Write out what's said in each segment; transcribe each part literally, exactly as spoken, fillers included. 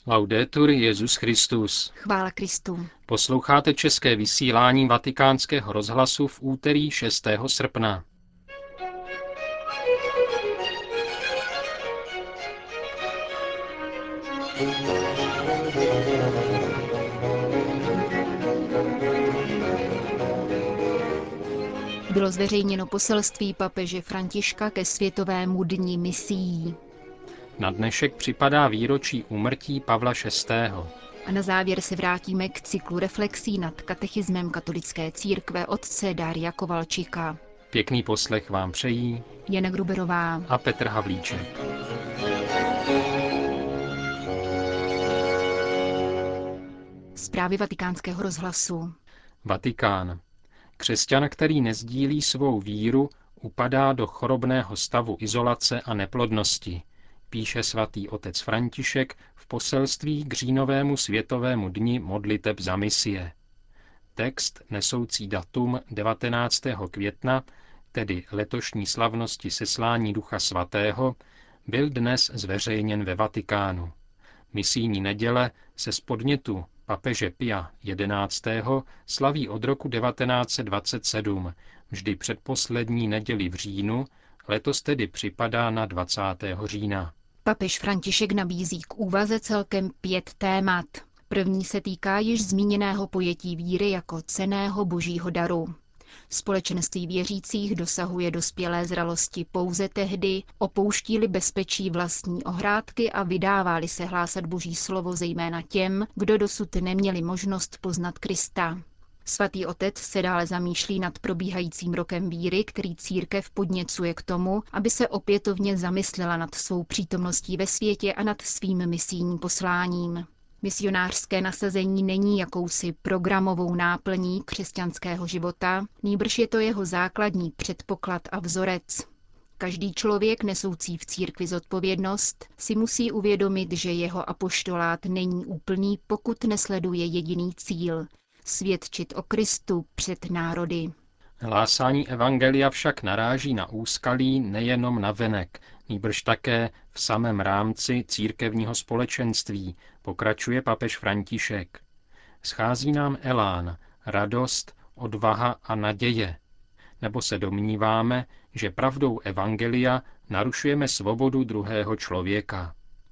Laudetur Jesus Christus. Chvála Kristu. Posloucháte české vysílání Vatikánského rozhlasu v úterý šestého srpna. Bylo zveřejněno poselství papeže Františka ke Světovému dni misií. Na dnešek připadá výročí úmrtí Pavla šestého. A na závěr se vrátíme k cyklu reflexí nad katechismem katolické církve otce Daria Kovalčika. Pěkný poslech vám přejí Jana Gruberová a Petr Havlíček. Zprávy Vatikánského rozhlasu. Vatikán. Křesťan, který nezdílí svou víru, upadá do chorobného stavu izolace a neplodnosti, píše svatý otec František v poselství k říjnovému světovému dni modliteb za misie. Text nesoucí datum devatenáctého května, tedy letošní slavnosti seslání Ducha Svatého, byl dnes zveřejněn ve Vatikánu. Misijní neděle se z podnětu papeže Pia jedenáctého slaví od roku devatenáct set dvacet sedm, vždy předposlední neděli v říjnu, letos tedy připadá na dvacátého října. Papež František nabízí k úvaze celkem pět témat. První se týká již zmíněného pojetí víry jako cenného božího daru. Společenství věřících dosahuje dospělé zralosti pouze tehdy, opouští-li bezpečí vlastní ohrádky a vydává-li se hlásat boží slovo zejména těm, kdo dosud neměli možnost poznat Krista. Svatý otec se dále zamýšlí nad probíhajícím rokem víry, který církev podněcuje k tomu, aby se opětovně zamyslela nad svou přítomností ve světě a nad svým misijním posláním. Misionářské nasazení není jakousi programovou náplní křesťanského života, nýbrž je to jeho základní předpoklad a vzorec. Každý člověk nesoucí v církvi zodpovědnost si musí uvědomit, že jeho apoštolát není úplný, pokud nesleduje jediný cíl – svědčit o Kristu před národy. Hlásání evangelia však naráží na úskalí nejenom navenek, nýbrž také v samém rámci církevního společenství, pokračuje papež František. Schází nám elán, radost, odvaha a naděje. Nebo se domníváme, že pravdou evangelia narušujeme svobodu druhého člověka.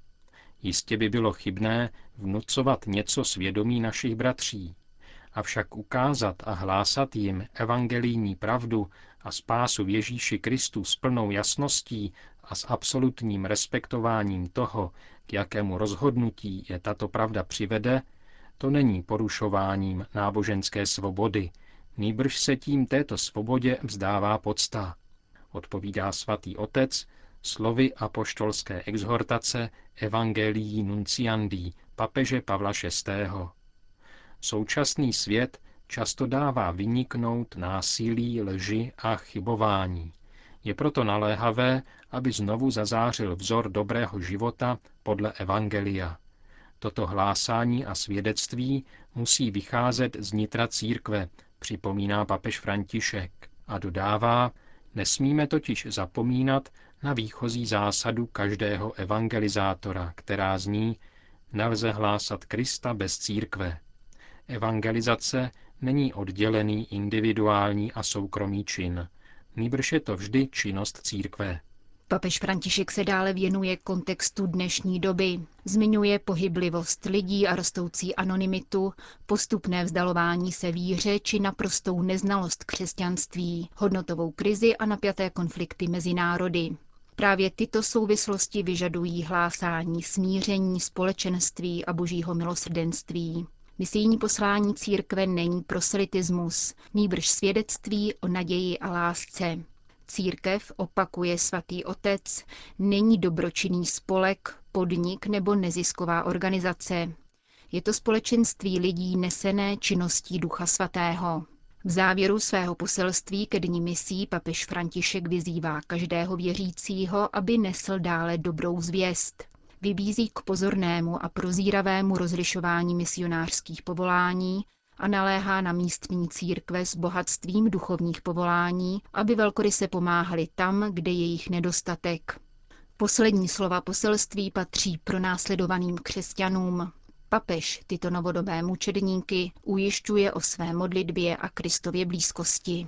Jistě by bylo chybné vnucovat něco svědomí našich bratří. Avšak ukázat a hlásat jim evangelijní pravdu a spásu v Ježíši Kristu s plnou jasností a s absolutním respektováním toho, k jakému rozhodnutí je tato pravda přivede, to není porušováním náboženské svobody, nýbrž se tím této svobodě vzdává podsta, odpovídá svatý otec slovy apoštolské exhortace Evangelii Nunciandi papeže Pavla šestého. Současný svět často dává vyniknout násilí, lži a chybování. Je proto naléhavé, aby znovu zazářil vzor dobrého života podle evangelia. Toto hlásání a svědectví musí vycházet z nitra církve, připomíná papež František a dodává, nesmíme totiž zapomínat na výchozí zásadu každého evangelizátora, která zní, nelze hlásat Krista bez církve. Evangelizace není oddělený individuální a soukromý čin, nýbrž je to vždy činnost církve. Papež František se dále věnuje kontextu dnešní doby. Zmiňuje pohyblivost lidí a rostoucí anonymitu, postupné vzdalování se víře či naprostou neznalost křesťanství, hodnotovou krizi a napjaté konflikty mezi národy. Právě tyto souvislosti vyžadují hlásání smíření, společenství a božího milosrdenství. Misijní poslání církve není proselitismus, nýbrž svědectví o naději a lásce. Církev, opakuje svatý otec, není dobročinný spolek, podnik nebo nezisková organizace. Je to společenství lidí nesené činností Ducha Svatého. V závěru svého poselství ke dni misí papež František vyzývá každého věřícího, aby nesl dále dobrou zvěst. Vybízí k pozornému a prozíravému rozlišování misionářských povolání a naléhá na místní církve s bohatstvím duchovních povolání, aby velkoryse pomáhali tam, kde je jich nedostatek. Poslední slova poselství patří pronásledovaným křesťanům. Papež tyto novodobé mučedníky ujišťuje o své modlitbě a Kristově blízkosti.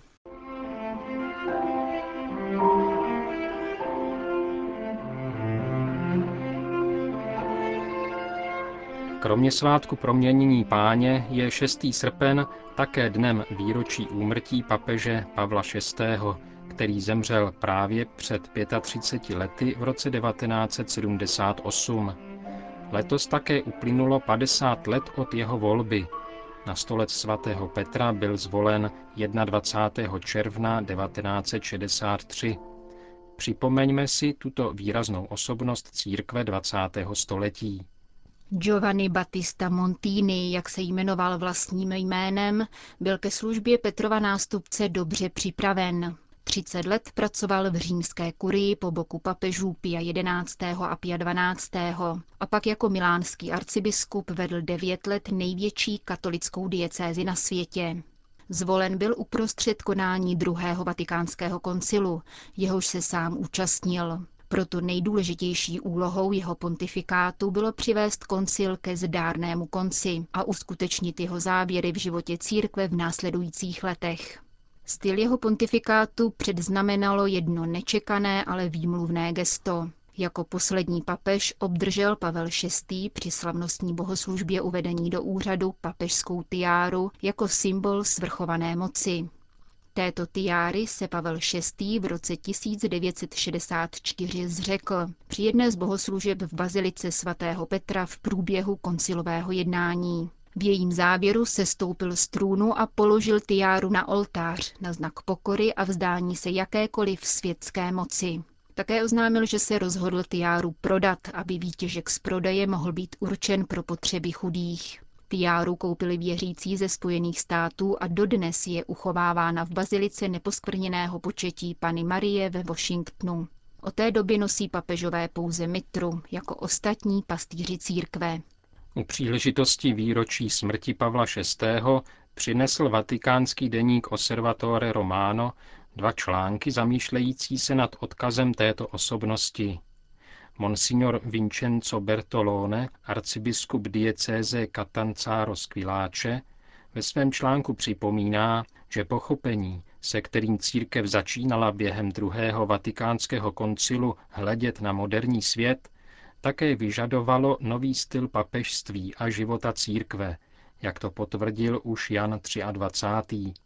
Kromě svátku Proměnění Páně je šestý srpen také dnem výročí úmrtí papeže Pavla šestého., který zemřel právě před třiceti pěti lety v roce devatenáct set sedmdesát osm. Letos také uplynulo padesát let od jeho volby. Na stolec svatého Petra byl zvolen dvacátého prvního června devatenáct set šedesát tři. Připomeňme si tuto výraznou osobnost církve dvacátého století. Giovanni Battista Montini, jak se jmenoval vlastním jménem, byl ke službě Petrova nástupce dobře připraven. třicet let pracoval v římské kurii po boku papežů Pia jedenáctého a Pia dvanáctého a pak jako milánský arcibiskup vedl devět let největší katolickou diecézi na světě. Zvolen byl uprostřed konání druhého vatikánského koncilu, jehož se sám účastnil. Proto nejdůležitější úlohou jeho pontifikátu bylo přivést koncil ke zdárnému konci a uskutečnit jeho závěry v životě církve v následujících letech. Styl jeho pontifikátu předznamenalo jedno nečekané, ale výmluvné gesto. Jako poslední papež obdržel Pavel šestý. Při slavnostní bohoslužbě uvedení do úřadu papežskou tiáru jako symbol svrchované moci. Této tiáry se Pavel šestý. v roce tisíc devět set šedesát čtyři zřekl při jedné z bohoslužeb v bazilice svatého Petra v průběhu koncilového jednání. V jejím závěru sestoupil z trůnu a položil tiáru na oltář na znak pokory a vzdání se jakékoliv světské moci. Také oznámil, že se rozhodl tiáru prodat, aby výtěžek z prodeje mohl být určen pro potřeby chudých. Tiáru koupili věřící ze Spojených států a dodnes je uchovávána v bazilice neposkvrněného početí Panny Marie ve Washingtonu. Od té doby nosí papežové pouze mitru, jako ostatní pastýři církve. U příležitosti výročí smrti Pavla šestého. přinesl vatikánský deník Osservatore Romano dva články zamýšlející se nad odkazem této osobnosti. Monsignor Vincenzo Bertolone, arcibiskup diecéze Catanzaro Squillace, ve svém článku připomíná, že pochopení, se kterým církev začínala během druhého vatikánského koncilu hledět na moderní svět, také vyžadovalo nový styl papežství a života církve, jak to potvrdil už Jan dvacátý třetí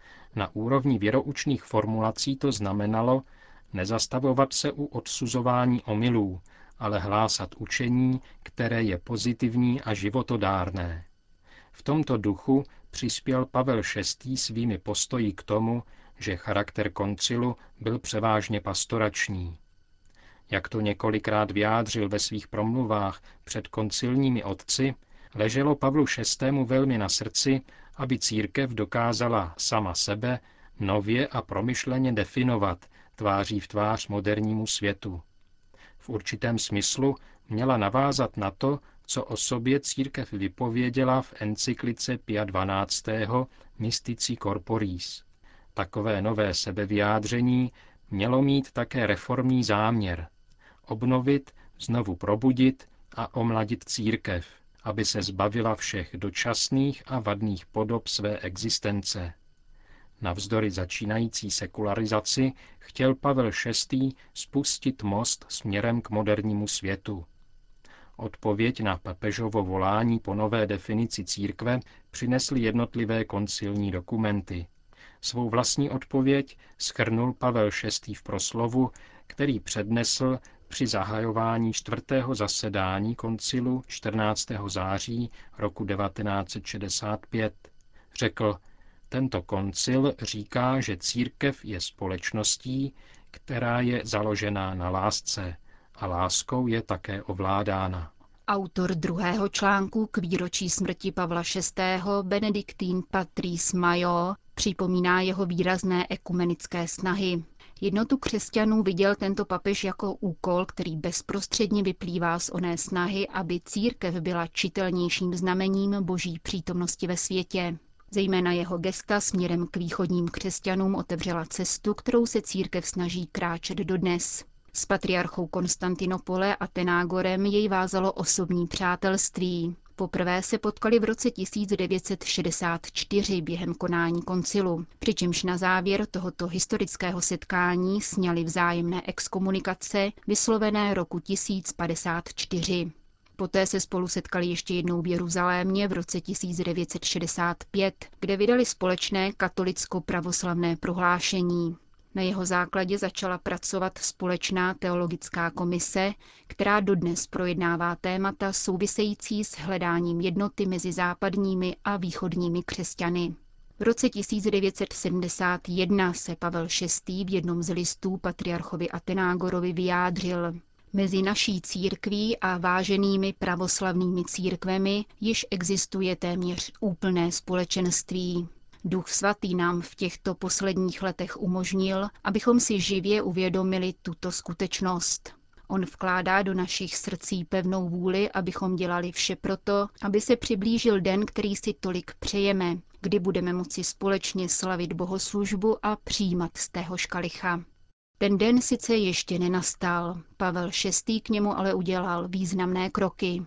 Na úrovni věroučných formulací to znamenalo nezastavovat se u odsuzování omylů, ale hlásat učení, které je pozitivní a životodárné. V tomto duchu přispěl Pavel šestý. svými postoji k tomu, že charakter koncilu byl převážně pastorační. Jak to několikrát vyjádřil ve svých promluvách před koncilními otci, leželo Pavlu šestému. velmi na srdci, aby církev dokázala sama sebe nově a promyšleně definovat tváří v tvář modernímu světu. V určitém smyslu měla navázat na to, co o sobě církev vypověděla v encyklice Pia dvanáctého. Mystici Corporis. Takové nové sebevyjádření mělo mít také reformní záměr. Obnovit, znovu probudit a omladit církev, aby se zbavila všech dočasných a vadných podob své existence. Navzdory začínající sekularizaci chtěl Pavel šestý. spustit most směrem k modernímu světu. Odpověď na papežovo volání po nové definici církve přinesly jednotlivé koncilní dokumenty. Svou vlastní odpověď shrnul Pavel šestý. v proslovu, který přednesl při zahajování čtvrtého zasedání koncilu čtrnáctého září roku devatenáct set šedesát pět. Řekl, tento koncil říká, že církev je společností, která je založená na lásce a láskou je také ovládána. Autor druhého článku k výročí smrti Pavla šestého. Benediktín Patrice Majo připomíná jeho výrazné ekumenické snahy. Jednotu křesťanů viděl tento papež jako úkol, který bezprostředně vyplývá z oné snahy, aby církev byla čitelnějším znamením boží přítomnosti ve světě. Zejména jeho gesta směrem k východním křesťanům otevřela cestu, kterou se církev snaží kráčet dodnes. S patriarchou Konstantinopole Athenágorem jej vázalo osobní přátelství. Poprvé se potkali v roce tisíc devět set šedesát čtyři během konání koncilu, přičemž na závěr tohoto historického setkání sňali vzájemné exkomunikace vyslovené roku tisíc padesát čtyři. Poté se spolu setkali ještě jednou v Jeruzalémě v roce tisíc devět set šedesát pět, kde vydali společné katolicko-pravoslavné prohlášení. Na jeho základě začala pracovat společná teologická komise, která dodnes projednává témata související s hledáním jednoty mezi západními a východními křesťany. V roce tisíc devět set sedmdesát jedna se Pavel šestý. V jednom z listů patriarchovi Athenágorovi vyjádřil: Mezi naší církví a váženými pravoslavnými církvemi již existuje téměř úplné společenství. Duch svatý nám v těchto posledních letech umožnil, abychom si živě uvědomili tuto skutečnost. On vkládá do našich srdcí pevnou vůli, abychom dělali vše proto, aby se přiblížil den, který si tolik přejeme, kdy budeme moci společně slavit bohoslužbu a přijímat z téhož kalicha. Ten den sice ještě nenastal, Pavel šestý. K němu ale udělal významné kroky.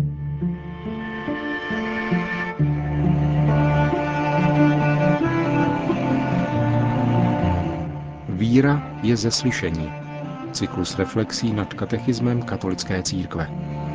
Víra je ze slyšení. Cyklus reflexí nad katechismem katolické církve.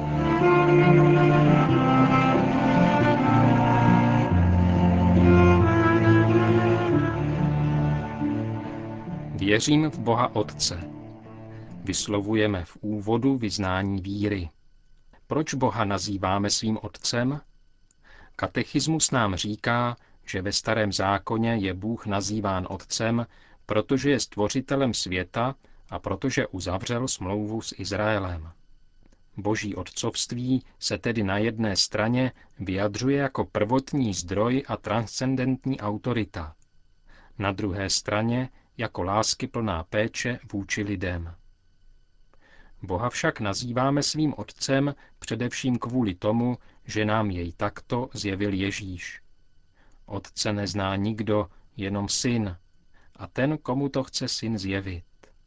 Věřím v Boha Otce. Vyslovujeme v úvodu vyznání víry. Proč Boha nazýváme svým Otcem? Katechismus nám říká, že ve Starém zákoně je Bůh nazýván Otcem, protože je stvořitelem světa a protože uzavřel smlouvu s Izraelem. Boží otcovství se tedy na jedné straně vyjadřuje jako prvotní zdroj a transcendentní autorita, na druhé straně jako láskyplná péče vůči lidem. Boha však nazýváme svým Otcem především kvůli tomu, že nám jej takto zjevil Ježíš. Otce nezná nikdo, jenom Syn, a ten, komu to chce Syn zjevit.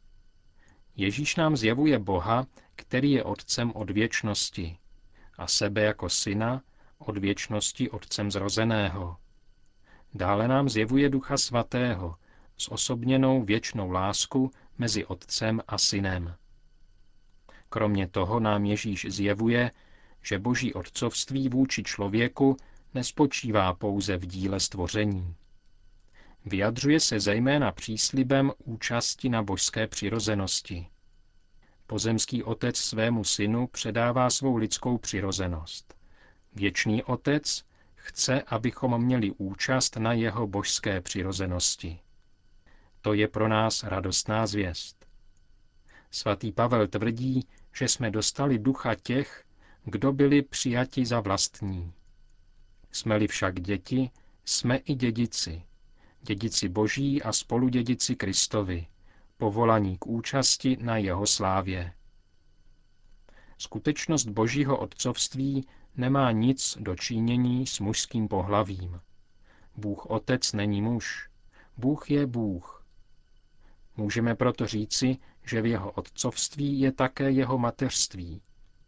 Ježíš nám zjevuje Boha, který je Otcem od věčnosti, a sebe jako Syna od věčnosti Otcem zrozeného. Dále nám zjevuje Ducha Svatého, zosobněnou věčnou lásku mezi Otcem a Synem. Kromě toho nám Ježíš zjevuje, že Boží otcovství vůči člověku nespočívá pouze v díle stvoření. Vyjadřuje se zejména příslibem účasti na božské přirozenosti. Pozemský otec svému synu předává svou lidskou přirozenost. Věčný otec chce, abychom měli účast na jeho božské přirozenosti. To je pro nás radostná zvěst. Svatý Pavel tvrdí, že jsme dostali ducha těch, kdo byli přijati za vlastní. Jsme-li však děti, jsme i dědici. Dědici Boží a spoludědici Kristovi, povolaní k účasti na jeho slávě. Skutečnost Božího otcovství nemá nic do činění s mužským pohlavím. Bůh Otec není muž, Bůh je Bůh. Můžeme proto říci, že v jeho otcovství je také jeho mateřství.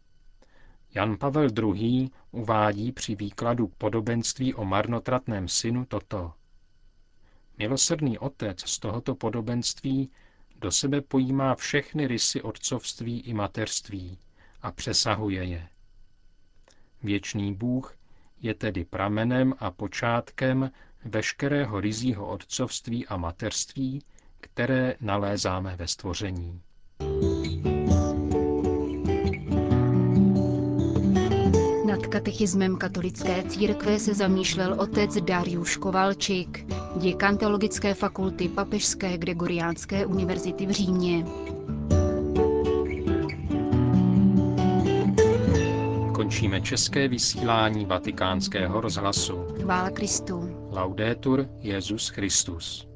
Jan Pavel druhý. Uvádí při výkladu podobenství o marnotratném synu toto. Milosrdný otec z tohoto podobenství do sebe pojímá všechny rysy otcovství i mateřství a přesahuje je. Věčný Bůh je tedy pramenem a počátkem veškerého ryzího otcovství a mateřství, které nalézáme ve stvoření. Nad katechismem katolické církve se zamýšlel otec Dariusz Kowalczyk, děkan teologické fakulty Papežské Gregoriánské univerzity v Římě. Končíme české vysílání Vatikánského rozhlasu. Chvála Kristu. Laudetur Jesus Christus.